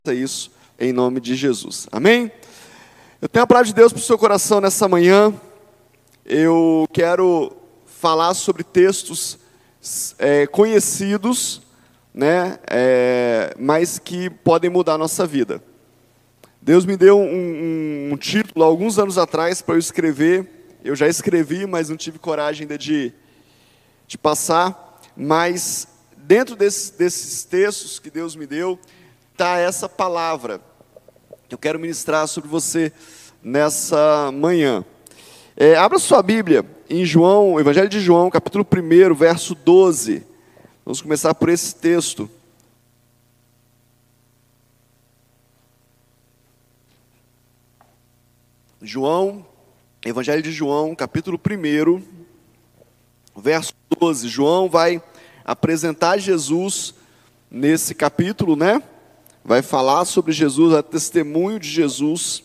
isso em nome de Jesus. Amém? Eu tenho a palavra de Deus para o seu coração nessa manhã. Eu quero falar sobre textos conhecidos, né, mas que podem mudar a nossa vida. Deus me deu um título há alguns anos atrás para eu escrever. Eu já escrevi, mas não tive coragem ainda de passar. Mas dentro desses textos que Deus me deu, está essa palavra que eu quero ministrar sobre você nessa manhã. Abra sua Bíblia em João, Evangelho de João, capítulo 1, verso 12. Vamos começar por esse texto. João, Evangelho de João, capítulo 1, verso 12. João vai apresentar Jesus nesse capítulo, né? Vai falar sobre Jesus, o testemunho de Jesus,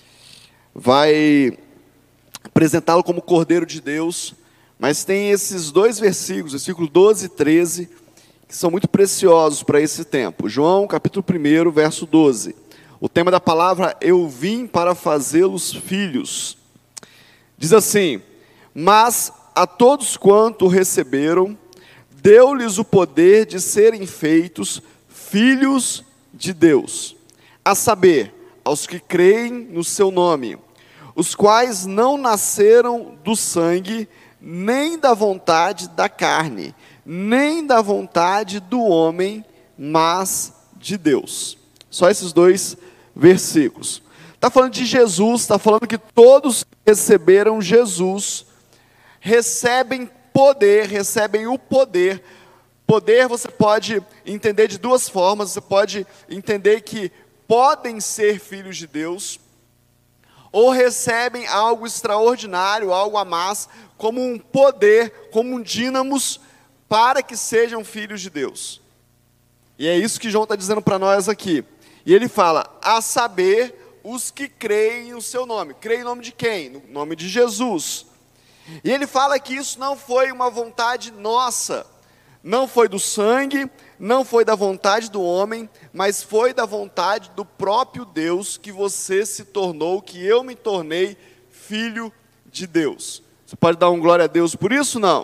vai apresentá-lo como Cordeiro de Deus, mas tem esses dois versículos, versículos 12 e 13, que são muito preciosos para esse tempo. João, capítulo 1, verso 12. O tema da palavra, eu vim para fazê-los filhos. Diz assim: mas a todos quanto receberam, deu-lhes o poder de serem feitos filhos de Deus, a saber, aos que creem no seu nome, os quais não nasceram do sangue, nem da vontade da carne, nem da vontade do homem, mas de Deus. Só esses dois versículos. Está falando de Jesus, está falando que todos que receberam Jesus, recebem poder, recebem o poder. Poder você pode entender de duas formas. Você pode entender que podem ser filhos de Deus, ou recebem algo extraordinário, algo a mais, como um poder, como um dínamos, para que sejam filhos de Deus. E é isso que João está dizendo para nós aqui. E ele fala, a saber, os que creem no seu nome. Creem em nome de quem? No nome de Jesus. E ele fala que isso não foi uma vontade nossa, não foi do sangue, não foi da vontade do homem, mas foi da vontade do próprio Deus que você se tornou, que eu me tornei filho de Deus. Você pode dar um glória a Deus por isso? Não?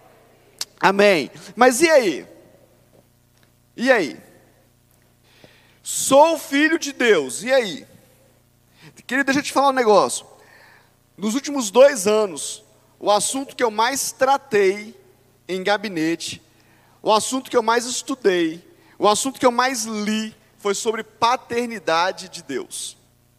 Amém. Mas e aí? E aí? Sou filho de Deus, e aí? Querido, deixa eu te falar um negócio. Nos últimos 2 anos, o assunto que eu mais tratei em gabinete, o assunto que eu mais estudei, o assunto que eu mais li, foi sobre paternidade de Deus.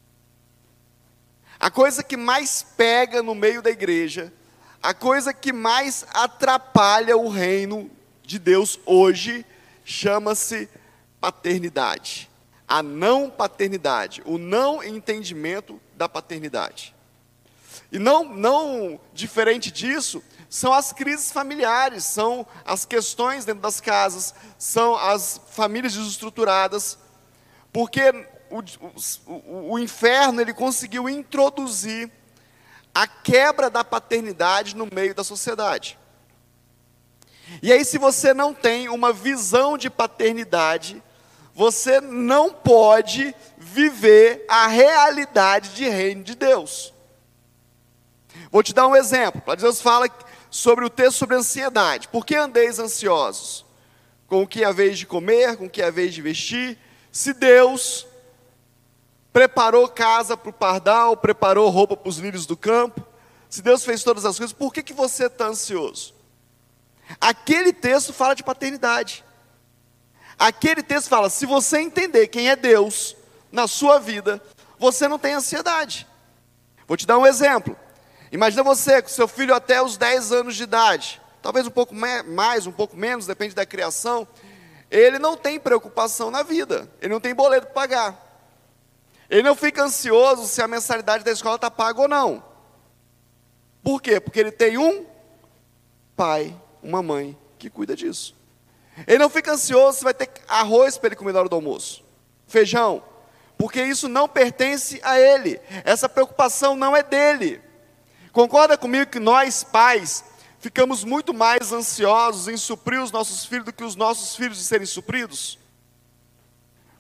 A coisa que mais pega no meio da igreja, a coisa que mais atrapalha o reino de Deus hoje, chama-se paternidade. A não paternidade, o não entendimento da paternidade. E não diferente disso, são as crises familiares, são as questões dentro das casas, são as famílias desestruturadas, porque o inferno ele conseguiu introduzir a quebra da paternidade no meio da sociedade. E aí, se você não tem uma visão de paternidade, você não pode viver a realidade de reino de Deus. Vou te dar um exemplo. Deus fala sobre o texto sobre ansiedade. Por que andeis ansiosos? Com o que é vez de comer, com o que é vez de vestir? Se Deus preparou casa para o pardal, preparou roupa para os lírios do campo, se Deus fez todas as coisas, por que você está ansioso? Aquele texto fala de paternidade. Aquele texto fala, se você entender quem é Deus na sua vida, você não tem ansiedade. Vou te dar um exemplo. Imagina você com seu filho até os 10 anos de idade, talvez um pouco mais, um pouco menos, depende da criação. Ele não tem preocupação na vida, ele não tem boleto para pagar. Ele não fica ansioso se a mensalidade da escola está paga ou não. Por quê? Porque ele tem um pai, uma mãe que cuida disso. Ele não fica ansioso se vai ter arroz para ele comer na hora do almoço, feijão, porque isso não pertence a ele. Essa preocupação não é dele. Concorda comigo que nós, pais, ficamos muito mais ansiosos em suprir os nossos filhos do que os nossos filhos de serem supridos?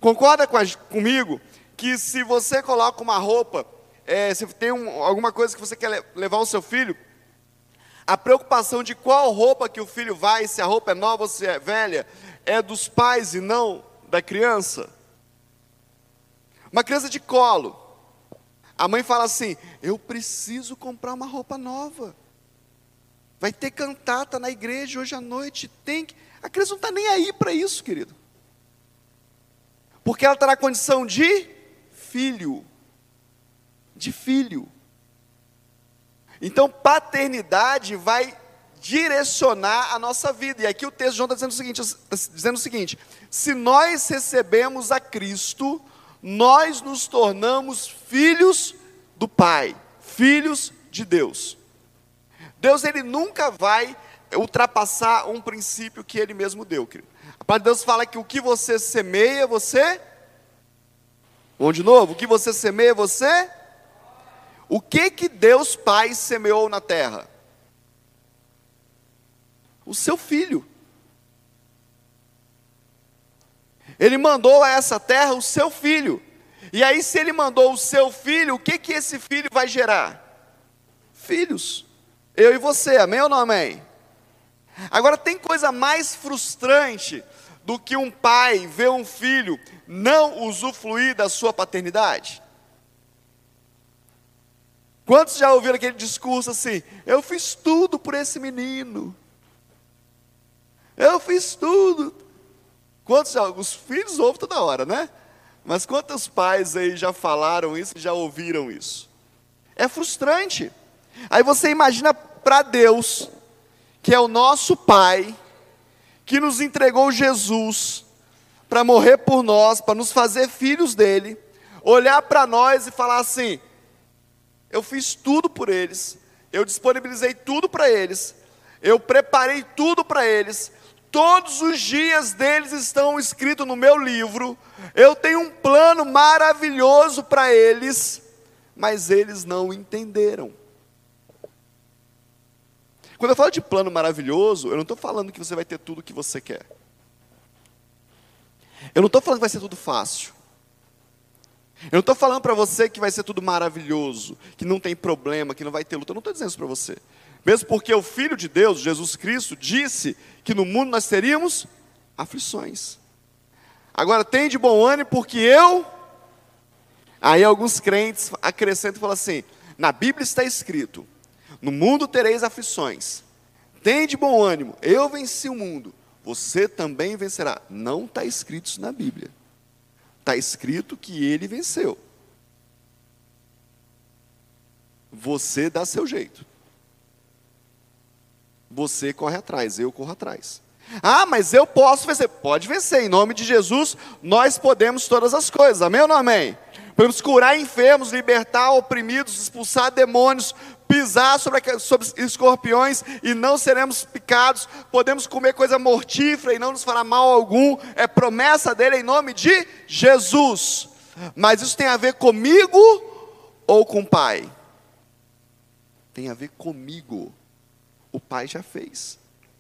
Concorda comigo que se você coloca uma roupa, se tem alguma coisa que você quer levar o seu filho, a preocupação de qual roupa que o filho vai, se a roupa é nova ou se é velha, é dos pais e não da criança? Uma criança de colo, a mãe fala assim: eu preciso comprar uma roupa nova, vai ter cantata na igreja hoje à noite, a criança não está nem aí para isso, querido, porque ela está na condição de filho, Então, paternidade vai direcionar a nossa vida. E aqui o texto de João está dizendo o seguinte: se nós recebemos a Cristo, nós nos tornamos filhos do Pai, filhos de Deus. Deus, Ele nunca vai ultrapassar um princípio que Ele mesmo deu, querido. A palavra de Deus fala que o que você semeia, vamos de novo, o que você semeia, O que Deus Pai semeou na terra? O seu filho. Ele mandou a essa terra o seu filho. E aí, se Ele mandou o seu filho, o que esse filho vai gerar? Filhos. Eu e você, amém ou não amém? Agora, tem coisa mais frustrante do que um pai ver um filho não usufruir da sua paternidade? Quantos já ouviram aquele discurso assim: eu fiz tudo por esse menino, eu fiz tudo? Quantos os filhos ouvem toda hora, né? Mas quantos pais aí já falaram isso, já ouviram isso? É frustrante. Aí você imagina para Deus, que é o nosso Pai, que nos entregou Jesus para morrer por nós, para nos fazer filhos dele, olhar para nós e falar assim: eu fiz tudo por eles, eu disponibilizei tudo para eles, eu preparei tudo para eles, todos os dias deles estão escritos no meu livro, eu tenho um plano maravilhoso para eles, mas eles não entenderam. Quando eu falo de plano maravilhoso, eu não estou falando que você vai ter tudo o que você quer. Eu não estou falando que vai ser tudo fácil. Eu não estou falando para você que vai ser tudo maravilhoso, que não tem problema, que não vai ter luta. Eu não estou dizendo isso para você. Mesmo porque o Filho de Deus, Jesus Cristo, disse que no mundo nós teríamos aflições. Agora, tem de bom ânimo porque eu... Aí alguns crentes acrescentam e falam assim: na Bíblia está escrito, no mundo tereis aflições. Tem de bom ânimo, eu venci o mundo, você também vencerá. Não está escrito isso na Bíblia. Está escrito que ele venceu. Você dá seu jeito. Você corre atrás, eu corro atrás. Ah, mas eu posso vencer. Pode vencer, em nome de Jesus, nós podemos todas as coisas, amém ou não amém? Podemos curar enfermos, libertar oprimidos, expulsar demônios, pisar sobre escorpiões e não seremos picados, podemos comer coisa mortífera e não nos fará mal algum, é promessa dele em nome de Jesus. Mas isso tem a ver comigo ou com o Pai? Tem a ver comigo. O Pai já fez.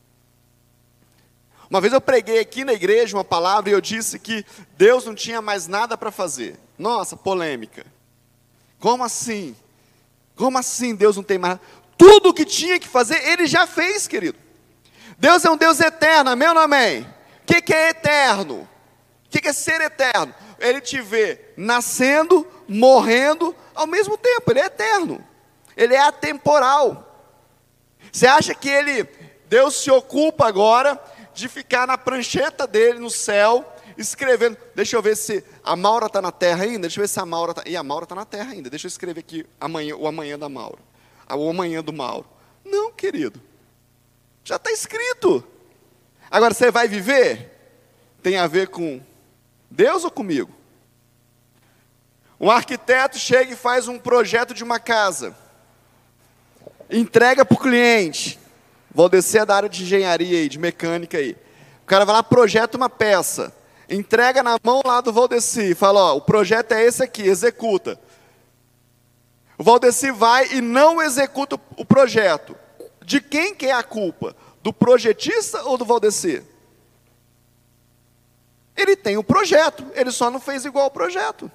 Uma vez eu preguei aqui na igreja uma palavra e eu disse que Deus não tinha mais nada para fazer. Nossa, polêmica. Como assim? Como assim Deus não tem mais nada? Tudo o que tinha que fazer, Ele já fez, querido. Deus é um Deus eterno, amém ou não amém? O que é eterno? O que é ser eterno? Ele te vê nascendo, morrendo, ao mesmo tempo. Ele é eterno. Ele é atemporal. Você acha que Deus se ocupa agora de ficar na prancheta dele no céu, escrevendo? Deixa eu ver se a Maura está na terra ainda. Deixa eu ver se a Maura está. E a Maura está na terra ainda. Deixa eu escrever aqui o amanhã da Maura. O amanhã do Mauro. Não, querido. Já está escrito. Agora, você vai viver? Tem a ver com Deus ou comigo? Um arquiteto chega e faz um projeto de uma casa. Entrega para o cliente. Valdeci é da área de engenharia aí, de mecânica aí. O cara vai lá, projeta uma peça. Entrega na mão lá do Valdeci. Fala, ó, o projeto é esse aqui, executa. O Valdeci vai e não executa o projeto. De quem que é a culpa? Do projetista ou do Valdeci? Ele tem um projeto, ele só não fez igual ao projeto.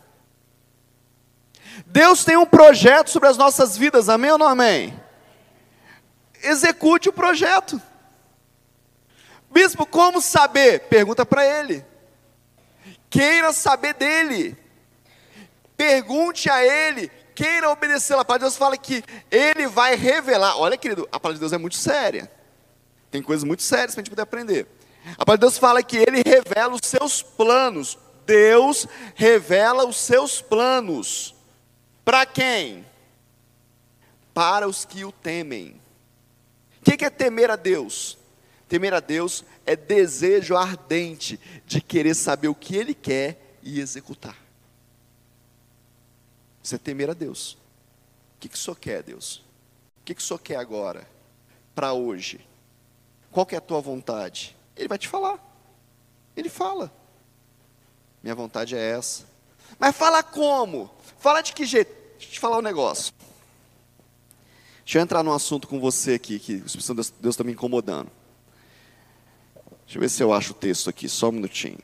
Deus tem um projeto sobre as nossas vidas, amém ou não amém? Execute o projeto. Bispo, como saber? Pergunta para ele. Queira saber dele. Pergunte a ele. Queira obedecê-lo. A palavra de Deus fala que ele vai revelar. Olha, querido, a palavra de Deus é muito séria. Tem coisas muito sérias para a gente poder aprender. A palavra de Deus fala que ele revela os seus planos. Deus revela os seus planos. Para quem? Para os que o temem. O que é temer a Deus? Temer a Deus é desejo ardente de querer saber o que Ele quer e executar. Isso é temer a Deus. O que o Senhor quer, Deus? O que o Senhor quer agora? Para hoje? Qual que é a tua vontade? Ele vai te falar. Ele fala. Minha vontade é essa. Mas fala como? Fala de que jeito? Deixa eu te falar um negócio. Deixa eu entrar num assunto com você aqui, que o Espírito Santo de Deus está me incomodando. Deixa eu ver se eu acho o texto aqui, só um minutinho.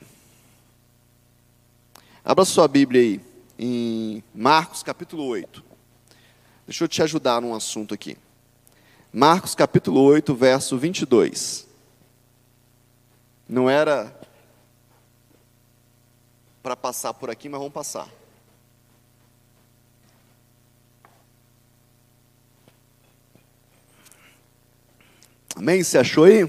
Abra sua Bíblia aí, em Marcos capítulo 8. Deixa eu te ajudar num assunto aqui. Marcos capítulo 8, verso 22. Não era para passar por aqui, mas vamos passar. Amém? Você achou aí?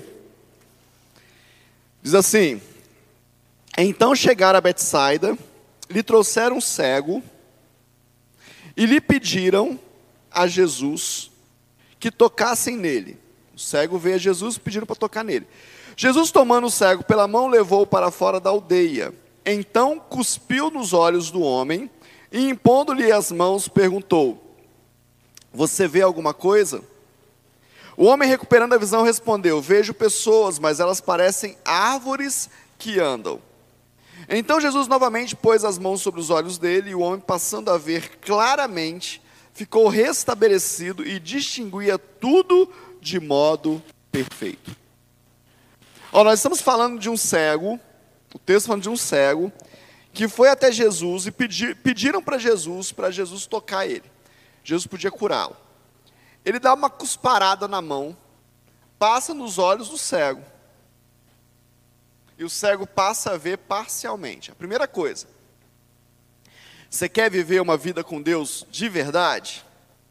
Diz assim: então chegaram a Betsaida, lhe trouxeram um cego, e lhe pediram a Jesus que tocassem nele. O cego veio a Jesus e pediram para tocar nele. Jesus, tomando o cego pela mão, levou-o para fora da aldeia. Então cuspiu nos olhos do homem, e impondo-lhe as mãos, perguntou: você vê alguma coisa? O homem, recuperando a visão, respondeu: vejo pessoas, mas elas parecem árvores que andam. Então Jesus novamente pôs as mãos sobre os olhos dele, e o homem, passando a ver claramente, ficou restabelecido e distinguia tudo de modo perfeito. Nós estamos falando de um cego, o texto falando de um cego, que foi até Jesus e pediram para Jesus tocar ele. Jesus podia curá-lo. Ele dá uma cusparada na mão, passa nos olhos do cego, e o cego passa a ver parcialmente. A primeira coisa, você quer viver uma vida com Deus de verdade?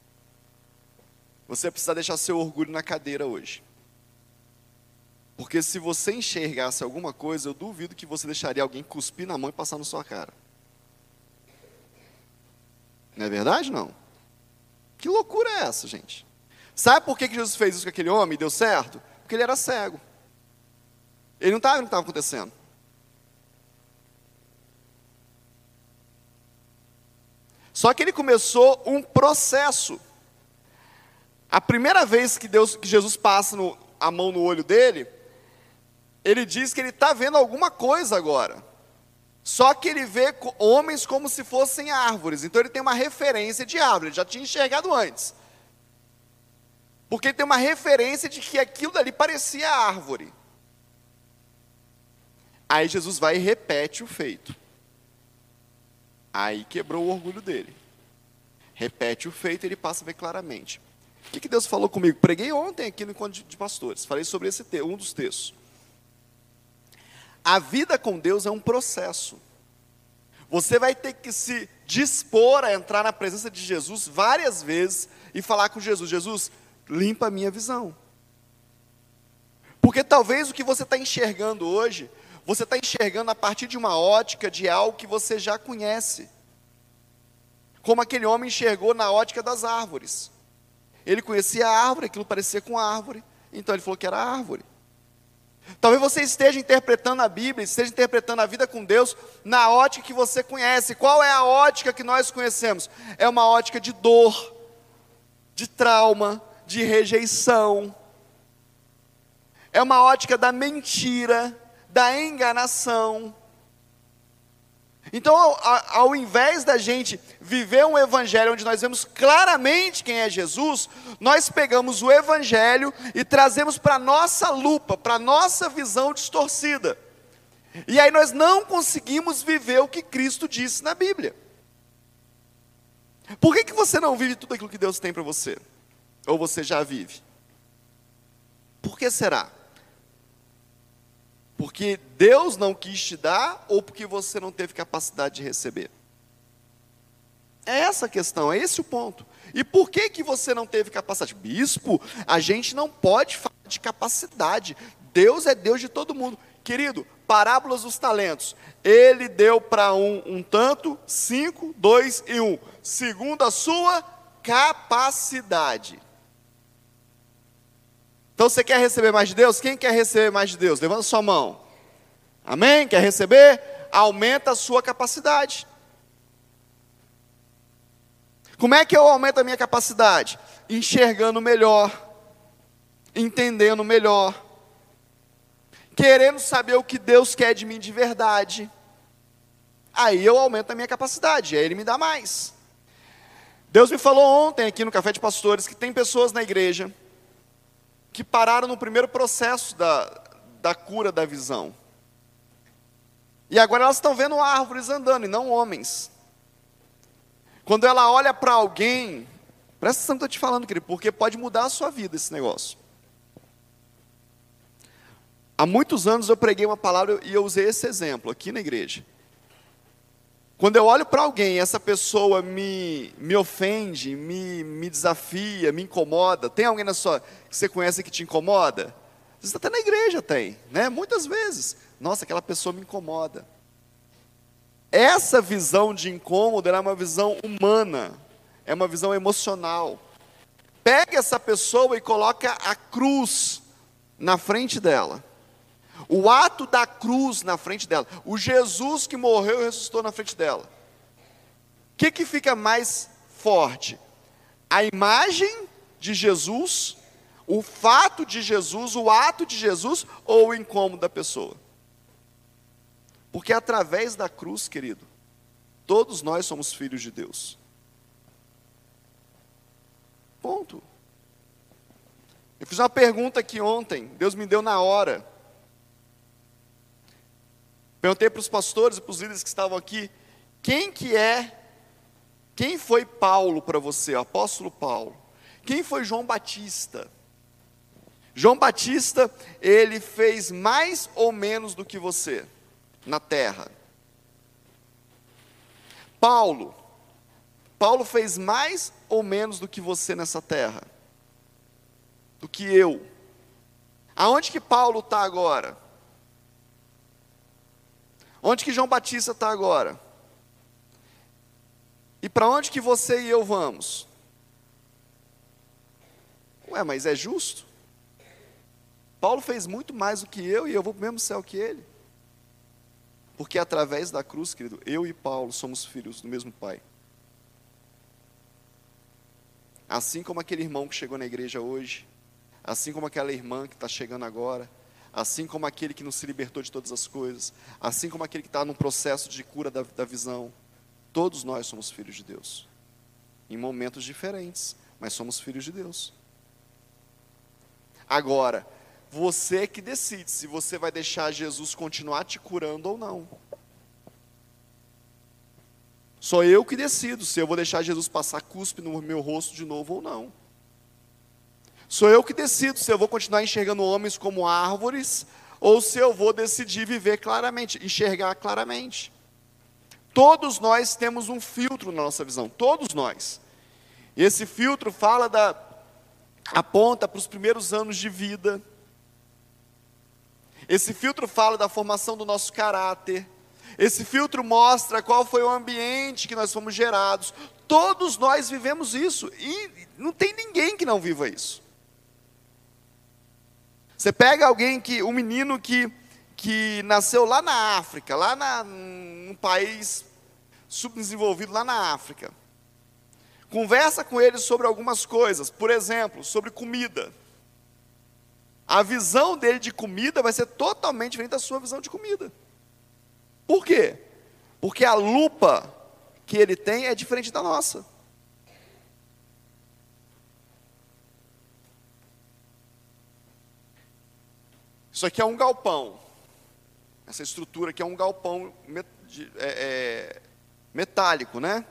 Você precisa deixar seu orgulho na cadeira hoje. Porque se você enxergasse alguma coisa, eu duvido que você deixaria alguém cuspir na mão e passar na sua cara. Não é verdade, não? Que loucura é essa, gente? Sabe por que Jesus fez isso com aquele homem e deu certo? Porque ele era cego. Ele não estava vendo o que estava acontecendo. Só que ele começou um processo. A primeira vez que Jesus passa a mão no olho dele, ele diz que ele está vendo alguma coisa agora. Só que ele vê homens como se fossem árvores. Então ele tem uma referência de árvore. Ele já tinha enxergado antes. Porque ele tem uma referência de que aquilo dali parecia árvore. Aí Jesus vai e repete o feito. Aí quebrou o orgulho dele. Repete o feito e ele passa a ver claramente. O que Deus falou comigo? Preguei ontem aqui no encontro de pastores. Falei sobre um dos textos. A vida com Deus é um processo. Você vai ter que se dispor a entrar na presença de Jesus várias vezes e falar com Jesus: Jesus, limpa a minha visão. Porque talvez o que você está enxergando hoje, você está enxergando a partir de uma ótica de algo que você já conhece. Como aquele homem enxergou na ótica das árvores. Ele conhecia a árvore, aquilo parecia com árvore, então ele falou que era árvore. Talvez você esteja interpretando a Bíblia, esteja interpretando a vida com Deus na ótica que você conhece. Qual é a ótica que nós conhecemos? É uma ótica de dor, de trauma, de rejeição. É uma ótica da mentira, da enganação. Então, ao invés da gente viver um evangelho onde nós vemos claramente quem é Jesus, nós pegamos o evangelho e trazemos para a nossa lupa, para a nossa visão distorcida. E aí nós não conseguimos viver o que Cristo disse na Bíblia. Por que você não vive tudo aquilo que Deus tem para você? Ou você já vive? Por que será? Porque Deus não quis te dar ou porque você não teve capacidade de receber? É essa a questão, é esse o ponto. E por que você não teve capacidade? Bispo, a gente não pode falar de capacidade. Deus é Deus de todo mundo. Querido, parábolas dos talentos. Ele deu para um tanto, 5, 2 e 1. Segundo a sua capacidade. Então você quer receber mais de Deus? Quem quer receber mais de Deus? Levanta sua mão. Amém? Quer receber? Aumenta a sua capacidade. Como é que eu aumento a minha capacidade? Enxergando melhor, entendendo melhor, querendo saber o que Deus quer de mim de verdade. Aí eu aumento a minha capacidade, aí Ele me dá mais. Deus me falou ontem aqui no Café de Pastores que tem pessoas na igreja que pararam no primeiro processo da cura da visão. E agora elas estão vendo árvores andando e não homens. Quando ela olha para alguém, presta atenção que eu estou te falando, querido, porque pode mudar a sua vida esse negócio. Há muitos anos eu preguei uma palavra e eu usei esse exemplo aqui na igreja. Quando eu olho para alguém e essa pessoa me ofende, me desafia, me incomoda, tem alguém que você conhece que te incomoda? Você até na igreja tem, né? Muitas vezes. Nossa, aquela pessoa me incomoda. Essa visão de incômodo é uma visão humana, é uma visão emocional. Pega essa pessoa e coloca a cruz na frente dela. O ato da cruz na frente dela. O Jesus que morreu e ressuscitou na frente dela. O que fica mais forte? A imagem de Jesus, o fato de Jesus, o ato de Jesus ou o incômodo da pessoa? Porque através da cruz, querido, todos nós somos filhos de Deus. Ponto. Eu fiz uma pergunta aqui ontem, Deus me deu na hora. Perguntei para os pastores e para os líderes que estavam aqui, quem foi Paulo para você, o apóstolo Paulo? Quem foi João Batista? João Batista, ele fez mais ou menos do que você na terra. Paulo fez mais ou menos do que você nessa terra, do que eu. Aonde que Paulo está agora? Onde que João Batista está agora? E para onde que você e eu vamos? Ué, mas é justo? Paulo fez muito mais do que eu e eu vou para o mesmo céu que ele. Porque através da cruz, querido, eu e Paulo somos filhos do mesmo Pai. Assim como aquele irmão que chegou na igreja hoje, assim como aquela irmã que está chegando agora, assim como aquele que não se libertou de todas as coisas, assim como aquele que está num processo de cura da visão, todos nós somos filhos de Deus. Em momentos diferentes, mas somos filhos de Deus. Agora, você que decide se você vai deixar Jesus continuar te curando ou não. Sou eu que decido se eu vou deixar Jesus passar cuspe no meu rosto de novo ou não. Sou eu que decido se eu vou continuar enxergando homens como árvores ou se eu vou decidir viver claramente, enxergar claramente. Todos nós temos um filtro na nossa visão, todos nós. E esse filtro aponta para os primeiros anos de vida. Esse filtro fala da formação do nosso caráter. Esse filtro mostra qual foi o ambiente que nós fomos gerados. Todos nós vivemos isso. E não tem ninguém que não viva isso. Você pega um menino que nasceu lá na África, num país subdesenvolvido lá na África. Conversa com ele sobre algumas coisas. Por exemplo, sobre comida. A visão dele de comida vai ser totalmente diferente da sua visão de comida. Por quê? Porque a lupa que ele tem é diferente da nossa. Isso aqui é um galpão. essa estrutura que é um galpão metálico, né?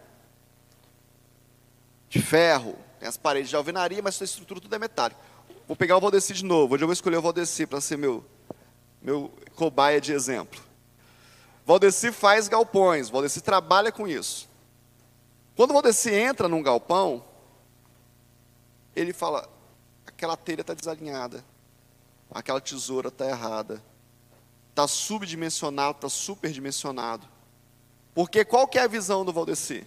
De ferro, tem as paredes de alvenaria, mas essa estrutura tudo é metálico. Vou pegar o Valdeci de novo, hoje eu vou escolher o Valdeci para ser meu cobaia de exemplo. Valdeci faz galpões, Valdeci trabalha com isso. Quando o Valdeci entra num galpão, ele fala, aquela telha está desalinhada, aquela tesoura está errada, está subdimensionado, está superdimensionado. Porque qual que é a visão do Valdeci?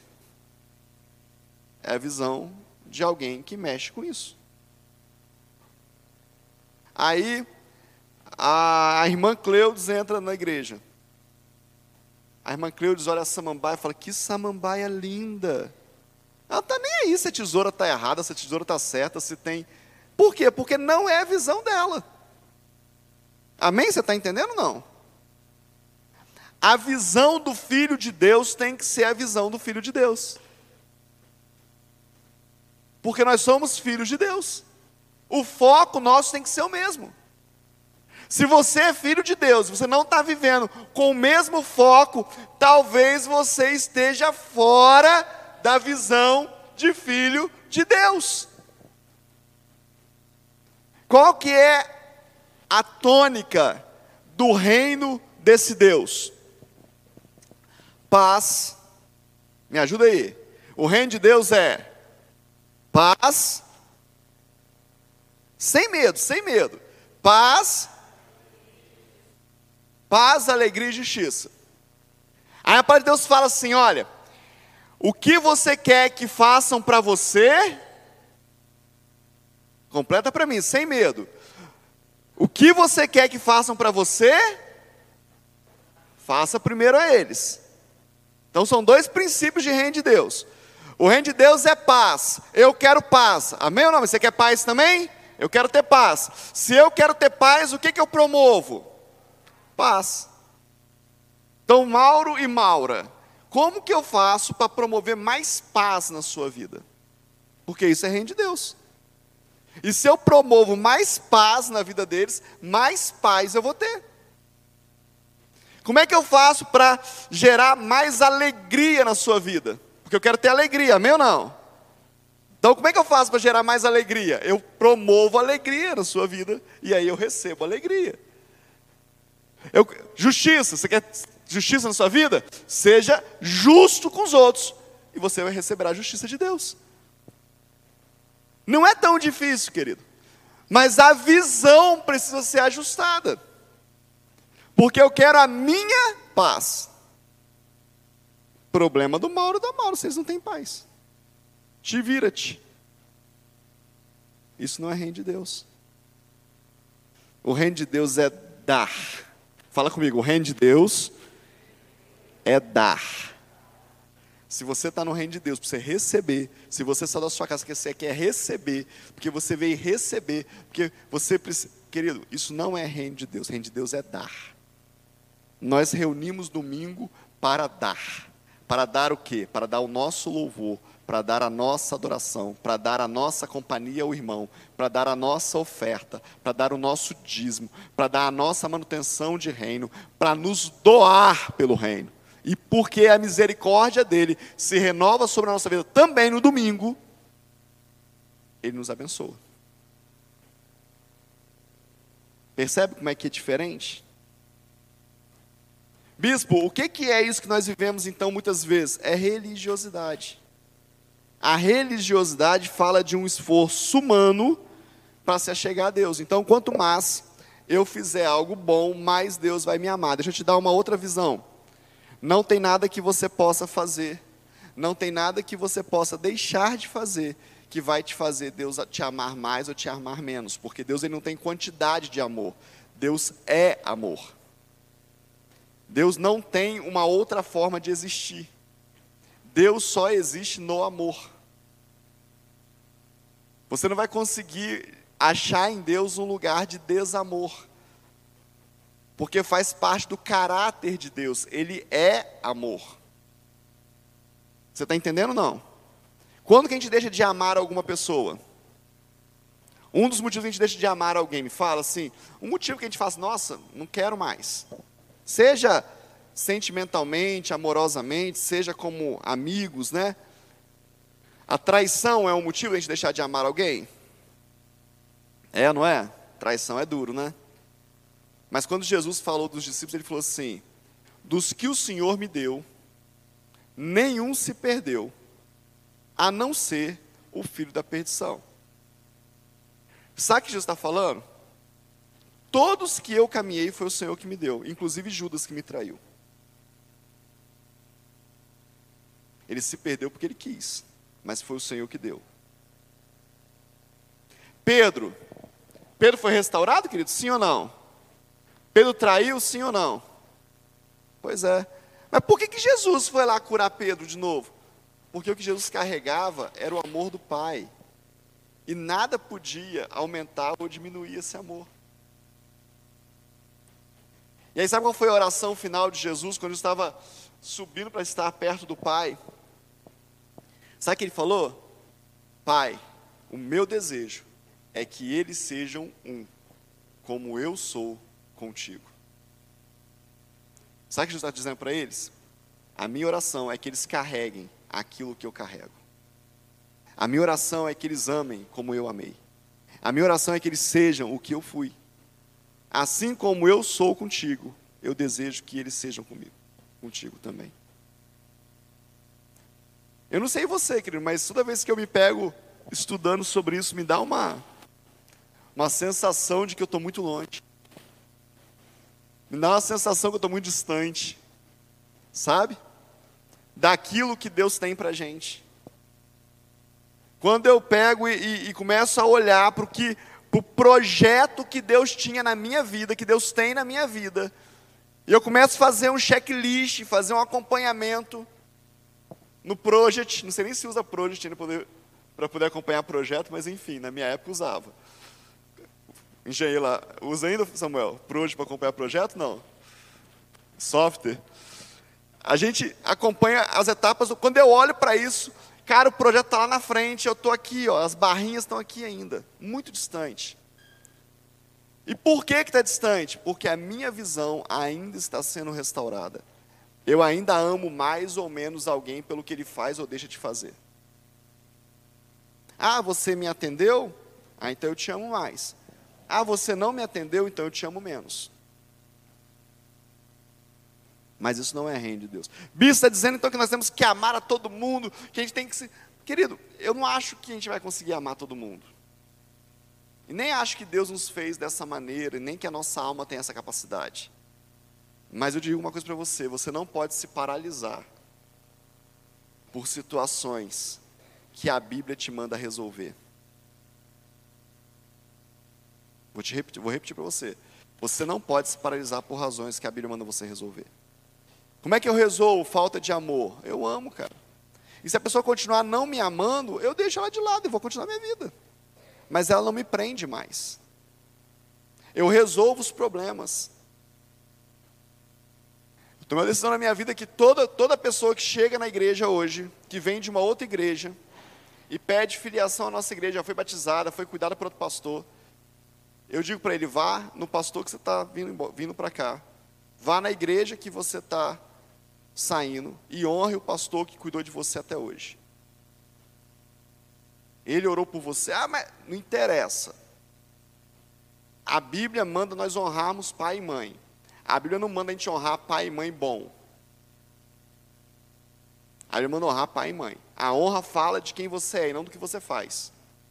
É a visão de alguém que mexe com isso. Aí, a irmã Cleudes entra na igreja. A irmã Cleudes olha a samambaia e fala, que samambaia linda. Ela está nem aí se a tesoura está errada, se a tesoura está certa, se tem... Por quê? Porque não é a visão dela. Amém? Você está entendendo ou não? A visão do Filho de Deus tem que ser a visão do Filho de Deus. Porque nós somos filhos de Deus. O foco nosso tem que ser o mesmo. Se você é filho de Deus, você não está vivendo com o mesmo foco, talvez você esteja fora da visão de filho de Deus. Qual que é a tônica do reino desse Deus? Paz. Me ajuda aí. O reino de Deus é paz, sem medo, sem medo. Paz, alegria e justiça. Aí a palavra de Deus fala assim, olha, o que você quer que façam para você, completa para mim, sem medo. O que você quer que façam para você, faça primeiro a eles. Então são dois princípios de reino de Deus. O reino de Deus é paz. Eu quero paz. Amém ou não? Você quer paz também? Eu quero ter paz. Se eu quero ter paz, o que eu promovo? Paz. Então, Mauro e Maura, como que eu faço para promover mais paz na sua vida? Porque isso é reino de Deus. E se eu promovo mais paz na vida deles, mais paz eu vou ter. Como é que eu faço para gerar mais alegria na sua vida? Porque eu quero ter alegria, amém ou não? Então, como é que eu faço para gerar mais alegria? Eu promovo alegria na sua vida, e aí eu recebo alegria. Justiça, você quer justiça na sua vida? Seja justo com os outros, e você vai receber a justiça de Deus. Não é tão difícil, querido, mas a visão precisa ser ajustada, porque eu quero a minha paz. Problema do Mauro e da Mauro, vocês não têm paz. Te vira-te. Isso não é reino de Deus. O reino de Deus é dar. Fala comigo, o reino de Deus é dar. Se você está no reino de Deus, para você receber, se você sai da sua casa, que você quer receber, porque você veio receber, porque você precisa... Querido, isso não é reino de Deus, reino de Deus é dar. Nós reunimos domingo para dar. Para dar o quê? Para dar o nosso louvor, para dar a nossa adoração, para dar a nossa companhia ao irmão, para dar a nossa oferta, para dar o nosso dízimo, para dar a nossa manutenção de reino, para nos doar pelo reino. E porque a misericórdia dele se renova sobre a nossa vida também no domingo, ele nos abençoa. Percebe como é que é diferente? Bispo, o que é isso que nós vivemos então muitas vezes? É religiosidade. A religiosidade fala de um esforço humano para se achegar a Deus. Então, quanto mais eu fizer algo bom, mais Deus vai me amar. Deixa eu te dar uma outra visão. Não tem nada que você possa fazer, não tem nada que você possa deixar de fazer, que vai te fazer Deus te amar mais ou te amar menos. Porque Deus ele não tem quantidade de amor. Deus é amor. Deus não tem uma outra forma de existir. Deus só existe no amor. Você não vai conseguir achar em Deus um lugar de desamor, porque faz parte do caráter de Deus. Ele é amor. Você está entendendo ou não? Quando que a gente deixa de amar alguma pessoa? Um dos motivos que a gente deixa de amar alguém, me fala assim, um motivo que a gente fala assim, nossa, não quero mais. Seja sentimentalmente, amorosamente, seja como amigos, né? A traição é um motivo de a gente deixar de amar alguém? É, não é? Traição é duro, né? Mas quando Jesus falou dos discípulos, ele falou assim: dos que o Senhor me deu, nenhum se perdeu, a não ser o filho da perdição. Sabe o que Jesus está falando? Todos que eu caminhei foi o Senhor que me deu, inclusive Judas que me traiu. Ele se perdeu porque ele quis, mas foi o Senhor que deu. Pedro foi restaurado, querido? Sim ou não? Pedro traiu, sim ou não? Pois é. Mas por que Jesus foi lá curar Pedro de novo? Porque o que Jesus carregava era o amor do Pai. E nada podia aumentar ou diminuir esse amor. E aí sabe qual foi a oração final de Jesus, quando ele estava subindo para estar perto do Pai? Sabe o que ele falou? Pai, o meu desejo é que eles sejam um, como eu sou contigo. Sabe o que Jesus está dizendo para eles? A minha oração é que eles carreguem aquilo que eu carrego. A minha oração é que eles amem como eu amei. A minha oração é que eles sejam o que eu fui. Assim como eu sou contigo, eu desejo que eles sejam comigo, contigo também. Eu não sei você, querido, mas toda vez que eu me pego estudando sobre isso, me dá uma sensação de que eu estou muito longe. Me dá uma sensação que eu estou muito distante, sabe? Daquilo que Deus tem para a gente. Quando eu pego e começo a olhar para o projeto que Deus tinha na minha vida, que Deus tem na minha vida, e eu começo a fazer um checklist, fazer um acompanhamento no Project, não sei nem se usa Project ainda para poder acompanhar projeto, mas enfim, na minha época usava. Engenheiro lá, usa ainda, Samuel, Project para acompanhar projeto? Não. Software. A gente acompanha as etapas, quando eu olho para isso, cara, o projeto está lá na frente, eu estou aqui, ó, as barrinhas estão aqui ainda, muito distante. E por que está distante? Porque a minha visão ainda está sendo restaurada. Eu ainda amo mais ou menos alguém pelo que ele faz ou deixa de fazer. Ah, você me atendeu? Ah, então eu te amo mais. Ah, você não me atendeu? Então eu te amo menos. Mas isso não é reino de Deus. Bispo está dizendo então que nós temos que amar a todo mundo, que a gente tem que se... Querido, eu não acho que a gente vai conseguir amar todo mundo. E nem acho que Deus nos fez dessa maneira, e nem que a nossa alma tem essa capacidade. Mas eu digo uma coisa para você, você não pode se paralisar por situações que a Bíblia te manda resolver. Vou repetir para você. Você não pode se paralisar por razões que a Bíblia manda você resolver. Como é que eu resolvo falta de amor? Eu amo, cara. E se a pessoa continuar não me amando, eu deixo ela de lado e vou continuar minha vida. Mas ela não me prende mais. Eu resolvo os problemas. Eu tomei uma decisão na minha vida que toda pessoa que chega na igreja hoje, que vem de uma outra igreja, e pede filiação à nossa igreja, já foi batizada, foi cuidada por outro pastor, eu digo para ele, vá no pastor que você está vindo para cá. Vá na igreja que você está saindo e honre o pastor que cuidou de você até hoje. Ele orou por você. Ah, mas não interessa. A Bíblia manda nós honrarmos pai e mãe. A Bíblia não manda a gente honrar pai e mãe bom. A Bíblia manda honrar pai e mãe. A honra fala de quem você é e não do que você faz.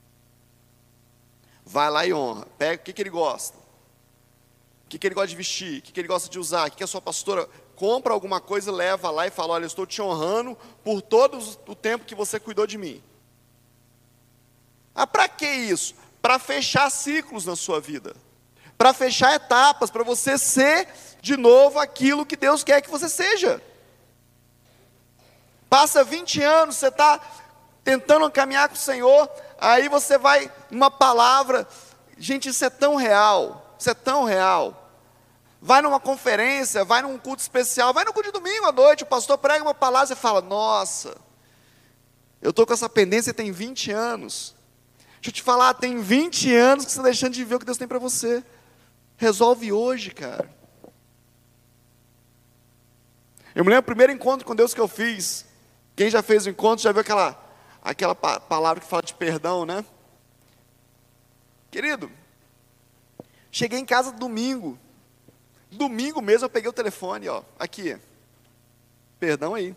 Vai lá e honra. Pega o que ele gosta. O que ele gosta de vestir. O que ele gosta de usar. O que a sua pastora compra alguma coisa e leva lá e fala, olha, eu estou te honrando por todo o tempo que você cuidou de mim. Ah, para que isso? Para fechar ciclos na sua vida. Para fechar etapas, para você ser de novo aquilo que Deus quer que você seja. Passa 20 anos, você está tentando caminhar com o Senhor, aí você vai numa palavra, gente, isso é tão real, isso é tão real. Vai numa conferência, vai num culto especial, vai no culto de domingo à noite, o pastor prega uma palavra, você fala, nossa, eu estou com essa pendência tem 20 anos. Deixa eu te falar, tem 20 anos que você está deixando de ver o que Deus tem para você. Resolve hoje, cara. Eu me lembro do primeiro encontro com Deus que eu fiz. Quem já fez o encontro já viu aquela palavra que fala de perdão, né? Querido, cheguei em casa domingo. Domingo mesmo eu peguei o telefone, ó. Aqui. Perdão aí.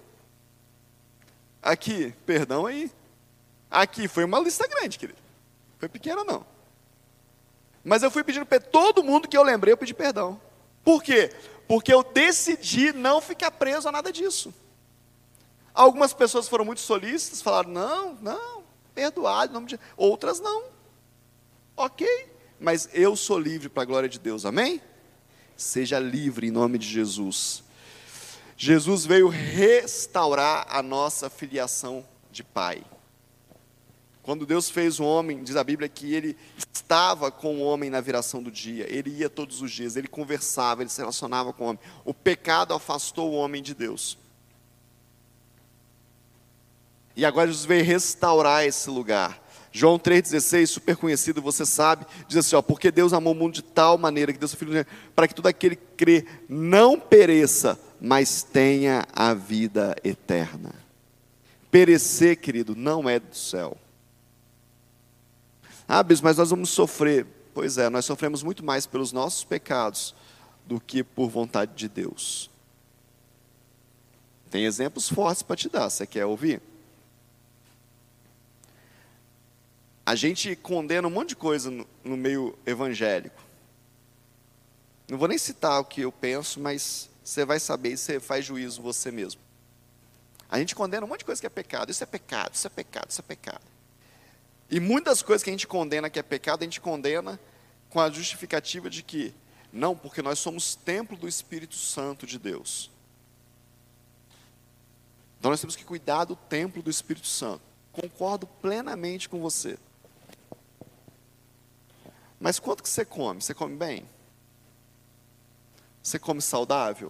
Aqui. Perdão aí. Aqui. Foi uma lista grande, querido. Foi pequena não. Mas eu fui pedindo para todo mundo que eu lembrei, eu pedi perdão. Por quê? Porque eu decidi não ficar preso a nada disso. Algumas pessoas foram muito solícitas, falaram, não, perdoado, em nome de... Outras não. Ok, mas eu sou livre para a glória de Deus, amém? Seja livre em nome de Jesus. Jesus veio restaurar a nossa filiação de pai. Quando Deus fez o homem, diz a Bíblia que ele estava com o homem na viração do dia, ele ia todos os dias, ele conversava, ele se relacionava com o homem. O pecado afastou o homem de Deus. E agora Jesus veio restaurar esse lugar. João 3,16, super conhecido, você sabe, diz assim, ó, porque Deus amou o mundo de tal maneira que Deus seu Filho, para que todo aquele que crê não pereça, mas tenha a vida eterna. Perecer, querido, não é do céu. Ah, bispo, mas nós vamos sofrer. Pois é, nós sofremos muito mais pelos nossos pecados do que por vontade de Deus. Tem exemplos fortes para te dar, você quer ouvir? A gente condena um monte de coisa no meio evangélico. Não vou nem citar o que eu penso, mas você vai saber e você faz juízo você mesmo. A gente condena um monte de coisa que é pecado. Isso é pecado, isso é pecado, isso é pecado. E muitas coisas que a gente condena que é pecado, a gente condena com a justificativa de que, não, porque nós somos templo do Espírito Santo de Deus. Então nós temos que cuidar do templo do Espírito Santo. Concordo plenamente com você. Mas quanto que você come? Você come bem? Você come saudável?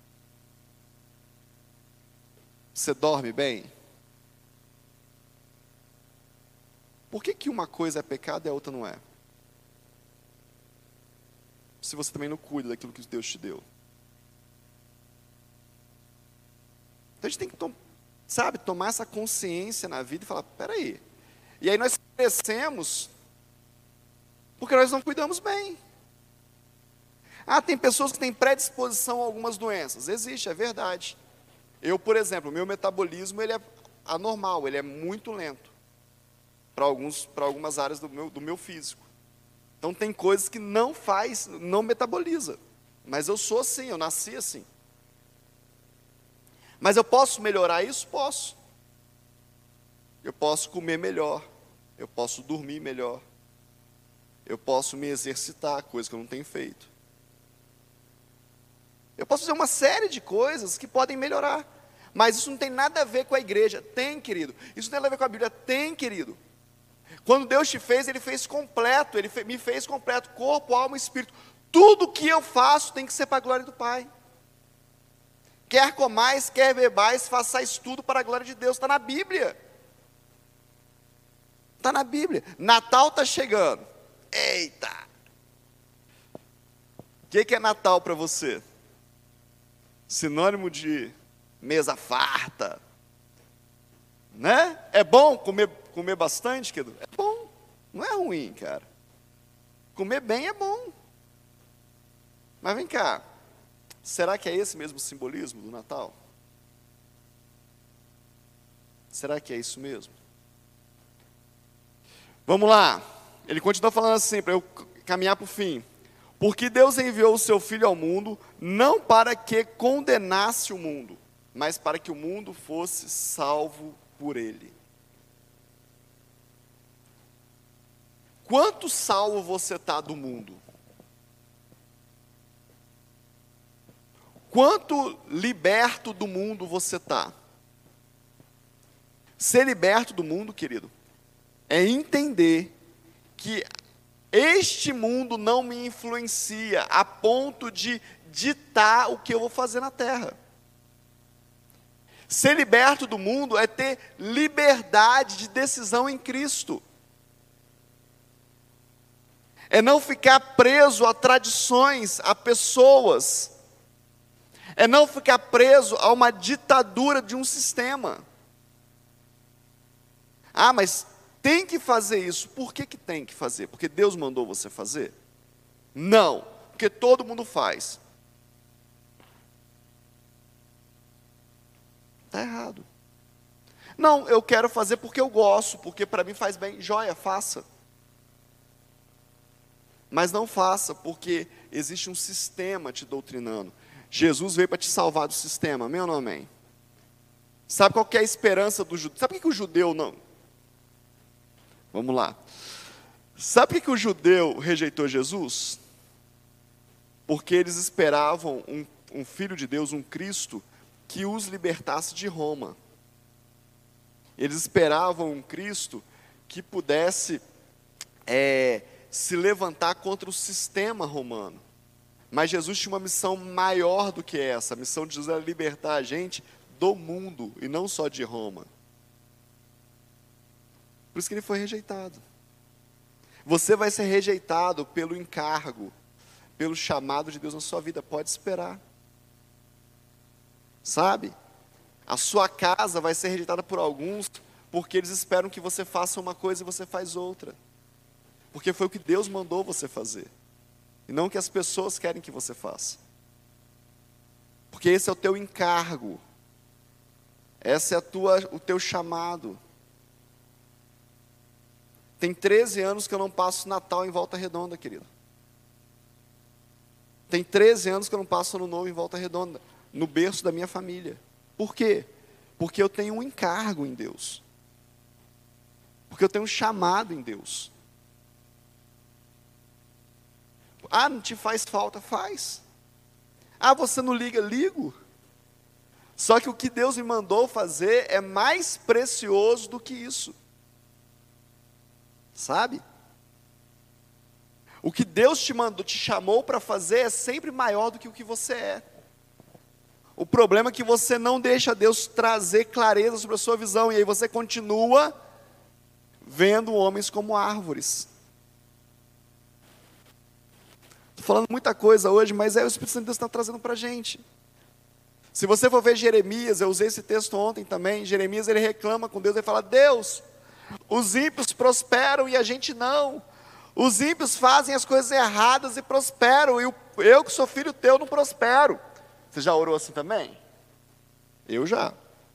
Você dorme bem? Por que uma coisa é pecado e a outra não é? Se você também não cuida daquilo que Deus te deu. Então a gente tem que, tomar essa consciência na vida e falar, peraí. E aí nós crescemos porque nós não cuidamos bem. Ah, tem pessoas que têm predisposição a algumas doenças. Existe, é verdade. Eu, por exemplo, o meu metabolismo ele é anormal, ele é muito lento para algumas áreas do meu físico. Então tem coisas que não metaboliza. Mas eu sou assim, eu nasci assim. Mas eu posso melhorar isso? Posso. Eu posso comer melhor, eu posso dormir melhor, eu posso me exercitar, coisa que eu não tenho feito. Eu posso fazer uma série de coisas que podem melhorar. Mas isso não tem nada a ver com a igreja. Tem, querido. Isso não tem nada a ver com a Bíblia. Tem, querido. Quando Deus te fez, Ele fez completo. Ele me fez completo. Corpo, alma e espírito. Tudo que eu faço tem que ser para a glória do Pai. Quer comais, quer bebais, façais tudo para a glória de Deus. Está na Bíblia. Está na Bíblia. Natal está chegando. Eita! O que é Natal para você? Sinônimo de mesa farta, né? É bom comer bastante, querido? É bom, não é ruim, cara. Comer bem é bom. Mas vem cá, será que é esse mesmo simbolismo do Natal? Será que é isso mesmo? Vamos lá, ele continua falando assim, para eu caminhar para o fim. Porque Deus enviou o seu Filho ao mundo, não para que condenasse o mundo, mas para que o mundo fosse salvo por ele. Quanto salvo você está do mundo? Quanto liberto do mundo você está? Ser liberto do mundo, querido, é entender que este mundo não me influencia a ponto de ditar o que eu vou fazer na terra. Ser liberto do mundo é ter liberdade de decisão em Cristo. É não ficar preso a tradições, a pessoas. É não ficar preso a uma ditadura de um sistema. Ah, mas tem que fazer isso. Por que que tem que fazer? Porque Deus mandou você fazer? Não, porque todo mundo faz. Está errado. Não, eu quero fazer porque eu gosto, porque para mim faz bem. Joia, faça. Mas não faça porque existe um sistema te doutrinando. Jesus veio para te salvar do sistema, amém ou não amém? Sabe qual que é a esperança do judeu? Sabe por que o judeu não? Vamos lá. Sabe por que o judeu rejeitou Jesus? Porque eles esperavam um filho de Deus, um Cristo, que os libertasse de Roma. Eles esperavam um Cristo que pudesse se levantar contra o sistema romano. Mas Jesus tinha uma missão maior do que essa. A missão de Jesus era libertar a gente do mundo e não só de Roma. Por isso que ele foi rejeitado. Você vai ser rejeitado pelo encargo, pelo chamado de Deus na sua vida. Pode esperar. Sabe? A sua casa vai ser rejeitada por alguns, porque eles esperam que você faça uma coisa e você faz outra. Porque foi o que Deus mandou você fazer. E não o que as pessoas querem que você faça. Porque esse é o teu encargo. Esse é o teu chamado. Tem 13 anos que eu não passo Natal em Volta Redonda, querido. Tem 13 anos que eu não passo Ano Novo em Volta Redonda, no berço da minha família. Por quê? Porque eu tenho um encargo em Deus. Porque eu tenho um chamado em Deus. Ah, não te faz falta? Faz. Ah, você não liga? Ligo. Só que o que Deus me mandou fazer é mais precioso do que isso. Sabe? O que Deus te chamou para fazer é sempre maior do que o que você é. O problema é que você não deixa Deus trazer clareza sobre a sua visão, e aí você continua vendo homens como árvores. Estou falando muita coisa hoje, mas o Espírito Santo de Deus está trazendo para a gente. Se você for ver Jeremias, eu usei esse texto ontem também, Jeremias ele reclama com Deus, ele fala: Deus, os ímpios prosperam e a gente não. Os ímpios fazem as coisas erradas e prosperam, e eu que sou filho teu não prospero. Você já orou assim também? Eu já.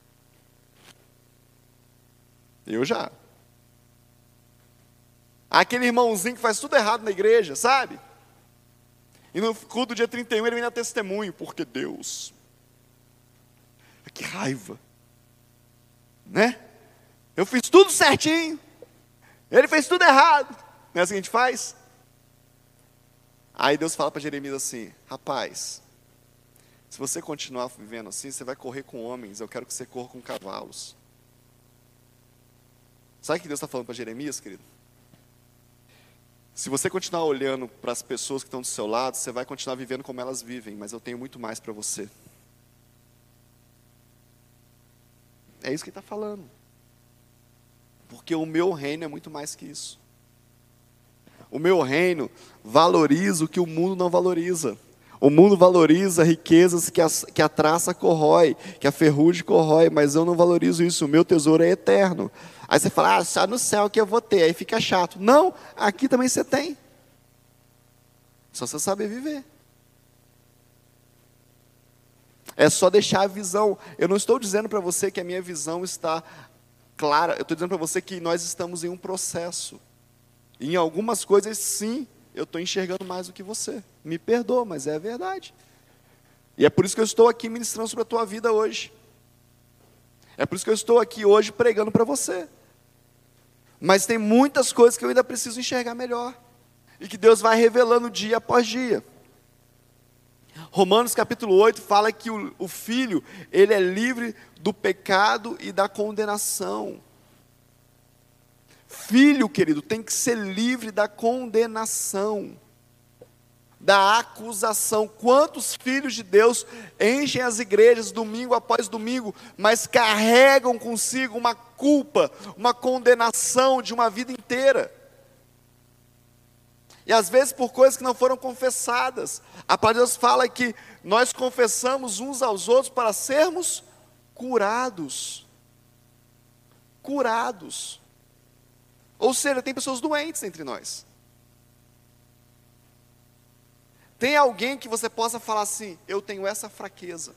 Aquele irmãozinho que faz tudo errado na igreja, sabe? E no culto do dia 31 ele vem dar testemunho, porque Deus. Que raiva. Né? Eu fiz tudo certinho, ele fez tudo errado. Não é assim que a gente faz? Aí Deus fala para Jeremias assim: rapaz, se você continuar vivendo assim, você vai correr com homens, eu quero que você corra com cavalos. Sabe o que Deus está falando para Jeremias, querido? Se você continuar olhando para as pessoas que estão do seu lado, você vai continuar vivendo como elas vivem, mas eu tenho muito mais para você. É isso que ele está falando. Porque o meu reino é muito mais que isso. O meu reino valoriza o que o mundo não valoriza. O mundo valoriza riquezas que a traça corrói, que a ferrugem corrói, mas eu não valorizo isso, o meu tesouro é eterno. Aí você fala: só no céu que eu vou ter, aí fica chato. Não, aqui também você tem. Só você saber viver. É só deixar a visão. Eu não estou dizendo para você que a minha visão está clara, eu estou dizendo para você que nós estamos em um processo. E em algumas coisas, sim, eu estou enxergando mais do que você. Me perdoa, mas é a verdade. E é por isso que eu estou aqui ministrando sobre a tua vida hoje. É por isso que eu estou aqui hoje pregando para você. Mas tem muitas coisas que eu ainda preciso enxergar melhor. E que Deus vai revelando dia após dia. Romanos capítulo 8 fala que o filho, ele é livre do pecado e da condenação. Filho, querido, tem que ser livre da condenação, da acusação. Quantos filhos de Deus enchem as igrejas domingo após domingo, mas carregam consigo uma culpa, uma condenação de uma vida inteira. E às vezes por coisas que não foram confessadas. A palavra de Deus fala que nós confessamos uns aos outros para sermos curados. Curados. Ou seja, tem pessoas doentes entre nós. Tem alguém que você possa falar assim: eu tenho essa fraqueza.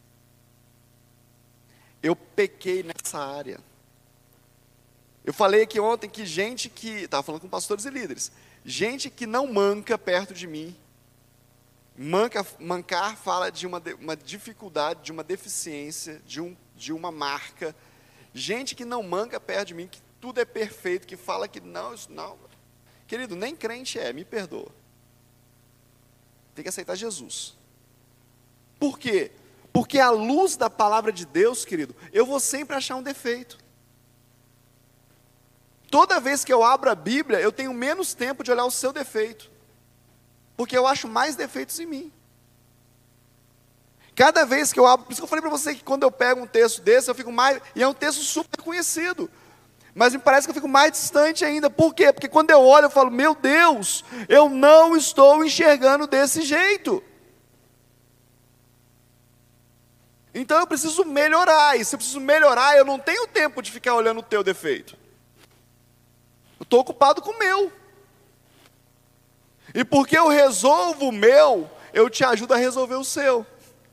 Eu pequei nessa área. Eu falei aqui ontem que gente que, estava falando com pastores e líderes, gente que não manca perto de mim, mancar fala de uma dificuldade, de uma deficiência, de uma marca, gente que não manca perto de mim, que tudo é perfeito, que fala que não, isso não, querido, nem crente é, me perdoa, tem que aceitar Jesus. Por quê? Porque à luz da palavra de Deus, querido, eu vou sempre achar um defeito. Toda vez que eu abro a Bíblia, eu tenho menos tempo de olhar o seu defeito, porque eu acho mais defeitos em mim. Cada vez que eu abro, por isso que eu falei para você que quando eu pego um texto desse, eu fico mais, e é um texto super conhecido, mas me parece que eu fico mais distante ainda. Por quê? Porque quando eu olho, eu falo: meu Deus, eu não estou enxergando desse jeito. Então eu preciso melhorar, e se eu preciso melhorar, eu não tenho tempo de ficar olhando o teu defeito. Eu estou ocupado com o meu. E porque eu resolvo o meu, eu te ajudo a resolver o seu.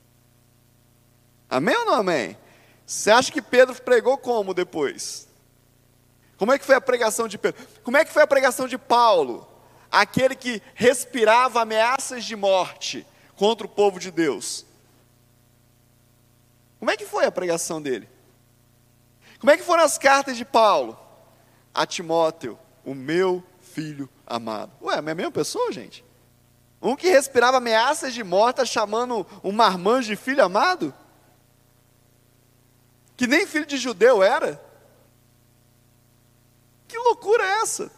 Amém ou não amém? Você acha que Pedro pregou como depois? Como é que foi a pregação de Pedro? Como é que foi a pregação de Paulo? Aquele que respirava ameaças de morte contra o povo de Deus. Como é que foi a pregação dele? Como é que foram as cartas de Paulo? A Timóteo, o meu filho amado. Ué, não é a mesma pessoa, gente? Um que respirava ameaças de morte, está chamando um marmanjo de filho amado? Que nem filho de judeu era? Que loucura é essa?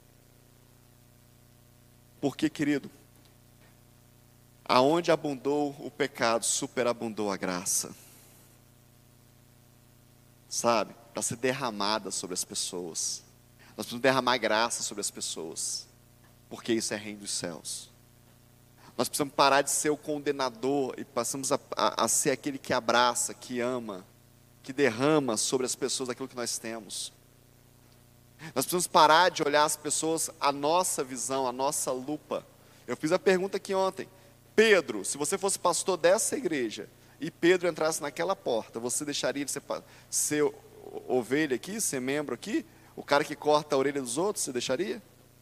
Porque, querido, aonde abundou o pecado, superabundou a graça. Sabe? Para ser derramada sobre as pessoas. Nós precisamos derramar graça sobre as pessoas, porque isso é reino dos céus. Nós precisamos parar de ser o condenador e passamos a ser aquele que abraça, que ama, que derrama sobre as pessoas aquilo que nós temos. Nós precisamos parar de olhar as pessoas, a nossa visão, a nossa lupa. Eu fiz a pergunta aqui ontem: Pedro, se você fosse pastor dessa igreja, e Pedro entrasse naquela porta, você deixaria de ser ovelha aqui, ser membro aqui? O cara que corta a orelha dos outros, você deixaria?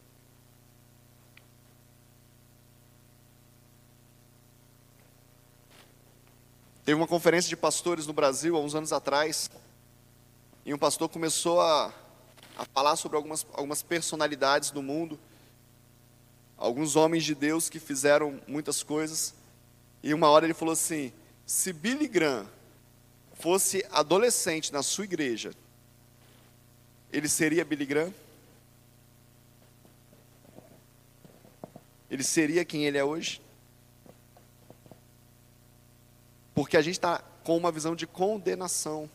Teve uma conferência de pastores no Brasil, há uns anos atrás, e um pastor começou a falar sobre algumas personalidades do mundo, alguns homens de Deus que fizeram muitas coisas, e uma hora ele falou assim: se Billy Graham fosse adolescente na sua igreja, ele seria Billy Graham? Ele seria quem ele é hoje? Porque a gente está com uma visão de condenação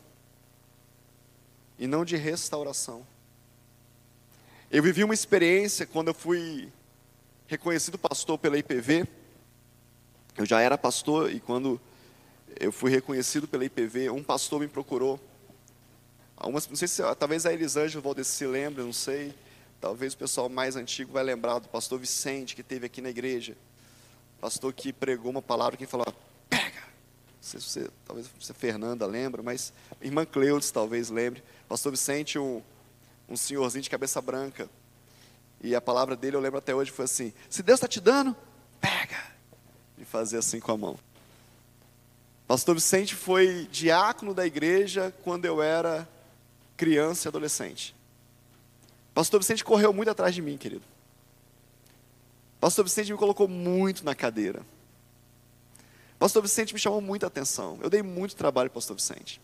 e não de restauração. Eu vivi uma experiência quando eu fui reconhecido pastor pela IPV. Eu já era pastor e quando eu fui reconhecido pela IPV, um pastor me procurou. Não sei se, talvez a Elisângela Valdeci se lembre, não sei. Talvez o pessoal mais antigo vai lembrar do pastor Vicente, que esteve aqui na igreja. Pastor que pregou uma palavra que falou: pega! Talvez você, Fernanda, lembra, mas irmã Cleudes talvez lembre. Pastor Vicente, um senhorzinho de cabeça branca. E a palavra dele, eu lembro até hoje, foi assim: se Deus está te dando, pega! E fazer assim com a mão. Pastor Vicente foi diácono da igreja quando eu era criança e adolescente. Pastor Vicente correu muito atrás de mim, querido. Pastor Vicente me colocou muito na cadeira. Pastor Vicente me chamou muita atenção. Eu dei muito trabalho para Pastor Vicente.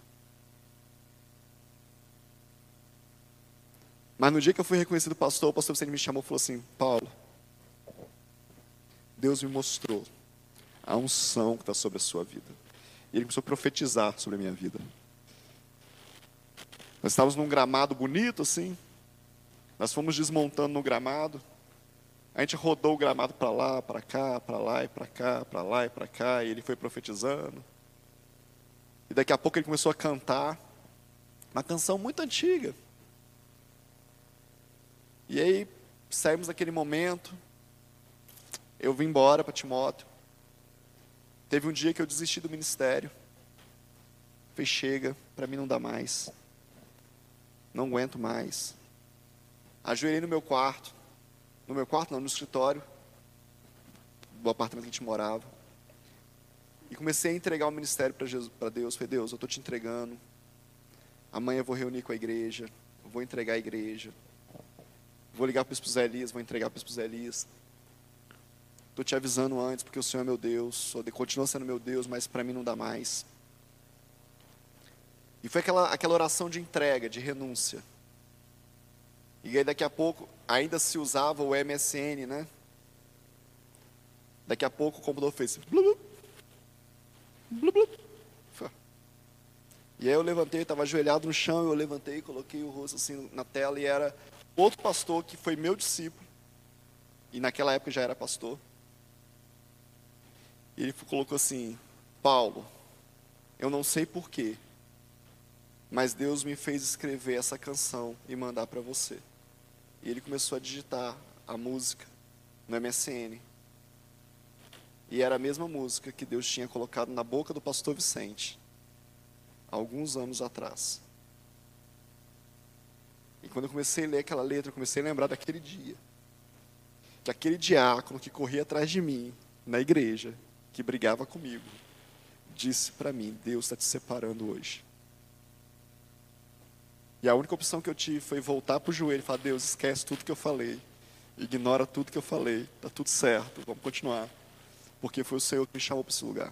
Mas no dia que eu fui reconhecido pastor, o pastor Vicente me chamou e falou assim: Paulo, Deus me mostrou a unção que está sobre a sua vida. E ele começou a profetizar sobre a minha vida. Nós estávamos num gramado bonito assim. Nós fomos desmontando no gramado. A gente rodou o gramado para lá, para cá, para lá e para cá, para lá e para cá, e ele foi profetizando. E daqui a pouco ele começou a cantar uma canção muito antiga. E aí saímos daquele momento. Eu vim embora para Timóteo. Teve um dia que eu desisti do ministério. Falei, chega, para mim não dá mais. Não aguento mais. Ajoelhei no meu quarto. No meu quarto não, no escritório do apartamento que a gente morava. E comecei a entregar o ministério para Deus. Falei, Deus, eu estou te entregando. Amanhã eu vou reunir com a igreja. Vou entregar a igreja. Vou ligar para o Bispo Zé Elias, vou entregar para o Bispo Zé Elias. Estou te avisando antes, porque o Senhor é meu Deus. Continua sendo meu Deus, mas para mim não dá mais. E foi aquela oração de entrega, de renúncia. E aí daqui a pouco, ainda se usava o MSN, né? Daqui a pouco o computador fez... Blu, blu, blu. E aí eu levantei, estava ajoelhado no chão, eu levantei, coloquei o rosto assim na tela, e era outro pastor que foi meu discípulo, e naquela época já era pastor. E ele colocou assim, Paulo, eu não sei porquê, mas Deus me fez escrever essa canção e mandar para você. E ele começou a digitar a música no MSN. E era a mesma música que Deus tinha colocado na boca do pastor Vicente, há alguns anos atrás. E quando eu comecei a ler aquela letra, eu comecei a lembrar daquele dia. Que aquele diácono que corria atrás de mim, na igreja, que brigava comigo, disse para mim, Deus está te separando hoje. E a única opção que eu tive foi voltar para o joelho e falar, Deus, esquece tudo que eu falei. Ignora tudo que eu falei. Está tudo certo, vamos continuar. Porque foi o Senhor que me chamou para esse lugar.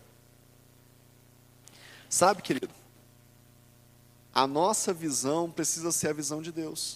Sabe, querido? A nossa visão precisa ser a visão de Deus.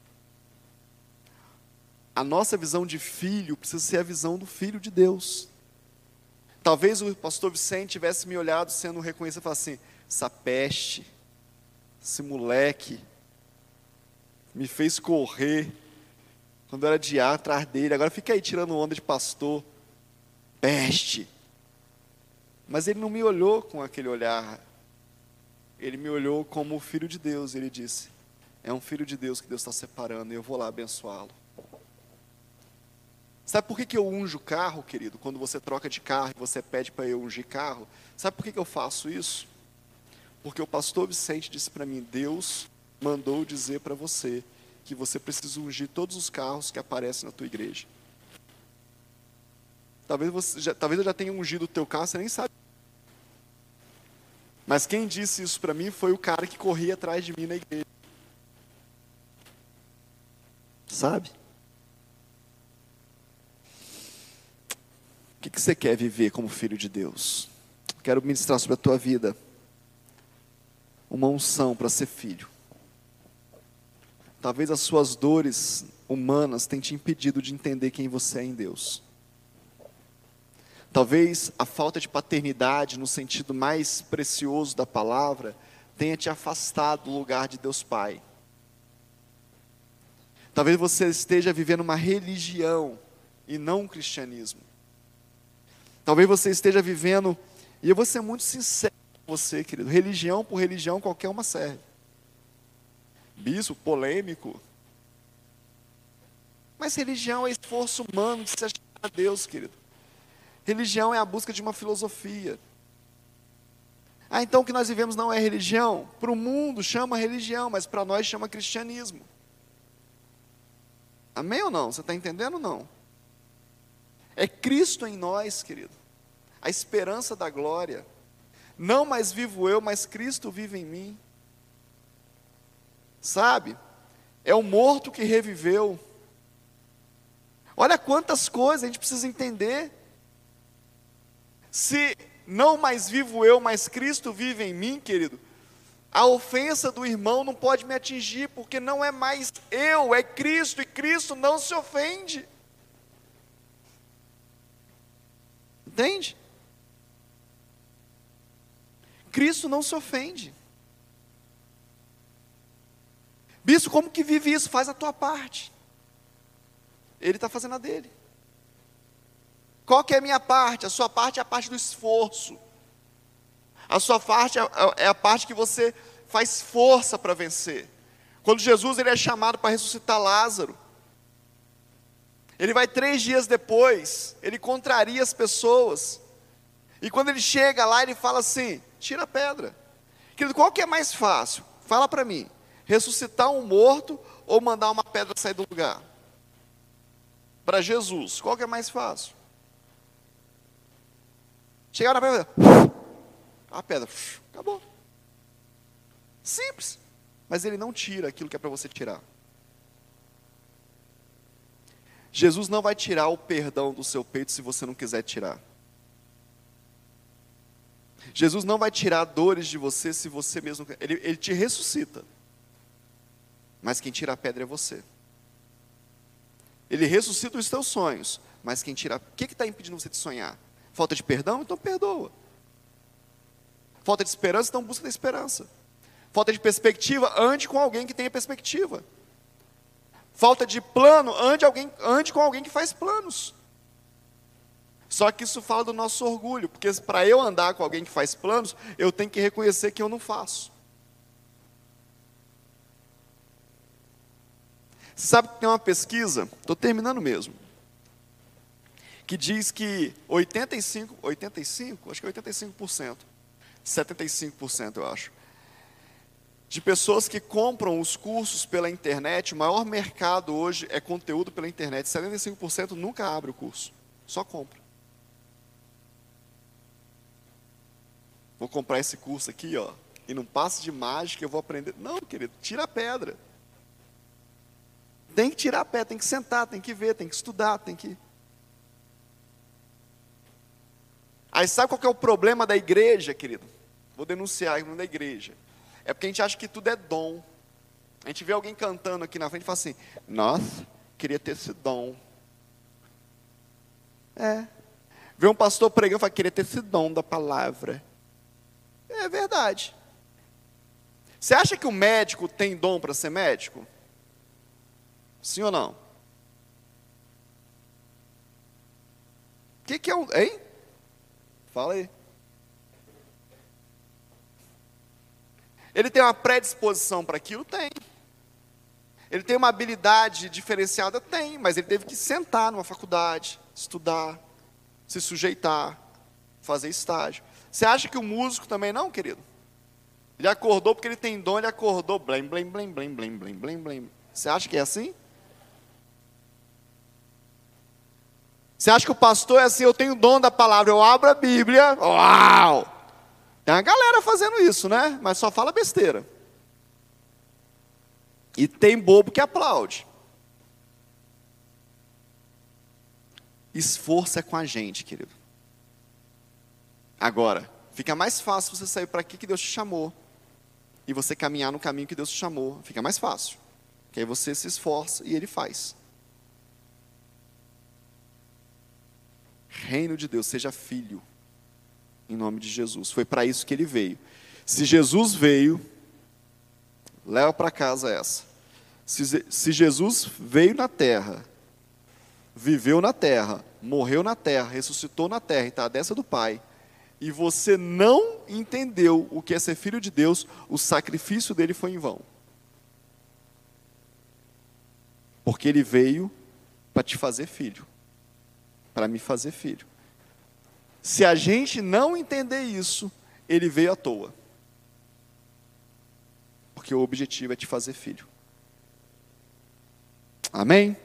A nossa visão de filho precisa ser a visão do Filho de Deus. Talvez o pastor Vicente tivesse me olhado sendo reconhecido e falar assim, essa peste, esse moleque, me fez correr quando eu era diácono atrás dele, agora fica aí tirando onda de pastor, peste. Mas ele não me olhou com aquele olhar, ele me olhou como o Filho de Deus, e ele disse, é um Filho de Deus que Deus está separando, e eu vou lá abençoá-lo. Sabe por que eu unjo carro, querido? Quando você troca de carro e você pede para eu ungir carro, sabe por que eu faço isso? Porque o pastor Vicente disse para mim, Deus mandou dizer para você que você precisa ungir todos os carros que aparecem na tua igreja. Talvez eu já tenha ungido o teu carro, você nem sabe. Mas quem disse isso para mim foi o cara que corria atrás de mim na igreja. Sabe? O que você quer viver como filho de Deus? Quero ministrar sobre a tua vida uma unção para ser filho. Talvez as suas dores humanas tenham te impedido de entender quem você é em Deus. Talvez a falta de paternidade, no sentido mais precioso da palavra, tenha te afastado do lugar de Deus Pai. Talvez você esteja vivendo uma religião e não um cristianismo. Talvez você esteja vivendo, e eu vou ser muito sincero com você, querido, religião por religião, qualquer uma serve. Bispo, polêmico. Mas religião é esforço humano de se achar a Deus, querido. Religião é a busca de uma filosofia. Ah, então o que nós vivemos não é religião? Para o mundo chama religião, mas para nós chama cristianismo. Amém ou não? Você está entendendo ou não? É Cristo em nós, querido. A esperança da glória. Não mais vivo eu, mas Cristo vive em mim. Sabe? É o morto que reviveu. Olha quantas coisas a gente precisa entender. Se não mais vivo eu, mas Cristo vive em mim, querido, a ofensa do irmão não pode me atingir, porque não é mais eu, é Cristo, e Cristo não se ofende. Entende? Cristo não se ofende. Bispo, como que vive isso? Faz a tua parte. Ele está fazendo a dele. Qual que é a minha parte? A sua parte é a parte do esforço. A sua parte é a parte que você faz força para vencer. Quando Jesus ele é chamado para ressuscitar Lázaro, ele vai 3 dias depois, ele contraria as pessoas. E quando ele chega lá, ele fala assim: tira a pedra. Querido, qual que é mais fácil? Fala para mim. Ressuscitar um morto ou mandar uma pedra sair do lugar? Para Jesus, qual que é mais fácil? Chegar na pedra, a pedra, acabou. Simples. Mas ele não tira aquilo que é para você tirar. Jesus não vai tirar o perdão do seu peito se você não quiser tirar. Jesus não vai tirar dores de você se você mesmo... Ele te ressuscita. Mas quem tira a pedra é você. Ele ressuscita os teus sonhos. Mas quem tira... O que está impedindo você de sonhar? Falta de perdão? Então perdoa. Falta de esperança? Então busca da esperança. Falta de perspectiva? Ande com alguém que tenha perspectiva. Falta de plano? Ande com alguém que faz planos. Só que isso fala do nosso orgulho, porque para eu andar com alguém que faz planos, eu tenho que reconhecer que eu não faço. Você sabe que tem uma pesquisa, estou terminando mesmo, que diz que 85, acho que é 85%, 75% eu acho, de pessoas que compram os cursos pela internet, o maior mercado hoje é conteúdo pela internet, 75% nunca abre o curso, só compra. Vou comprar esse curso aqui, ó, e num passe de mágica eu vou aprender. Não, querido, tira a pedra. Tem que tirar a pedra, tem que sentar, tem que ver, tem que estudar, tem que... Aí sabe qual que é o problema da igreja, querido? Vou denunciar o problema da igreja. É porque a gente acha que tudo é dom. A gente vê alguém cantando aqui na frente e fala assim: nossa, queria ter esse dom. Vê um pastor pregando e fala: queria ter esse dom da palavra. É verdade. Você acha que o médico tem dom para ser médico? Sim ou não? O que é um... Hein? Fala aí. Ele tem uma predisposição para aquilo? Tem. Ele tem uma habilidade diferenciada? Tem. Mas ele teve que sentar numa faculdade, estudar, se sujeitar, fazer estágio. Você acha que o músico também não, querido? Ele acordou porque ele tem dom, ele acordou, blém, blém, blém, blém, blém, blém, blém, blém. Você acha que é assim? Você acha que o pastor é assim: eu tenho dom da palavra, eu abro a Bíblia, uau! Tem uma galera fazendo isso, né? Mas só fala besteira. E tem bobo que aplaude. Esforço é com a gente, querido. Agora, fica mais fácil você sair para aqui que Deus te chamou. E você caminhar no caminho que Deus te chamou. Fica mais fácil. Porque aí você se esforça e Ele faz. Reino de Deus, seja filho. Em nome de Jesus. Foi para isso que Ele veio. Se Jesus veio, leva para casa essa. Se Jesus veio na terra, viveu na terra, morreu na terra, ressuscitou na terra e está à destra do Pai, e você não entendeu o que é ser filho de Deus, o sacrifício dele foi em vão. Porque ele veio para te fazer filho, para me fazer filho. Se a gente não entender isso, ele veio à toa. Porque o objetivo é te fazer filho. Amém?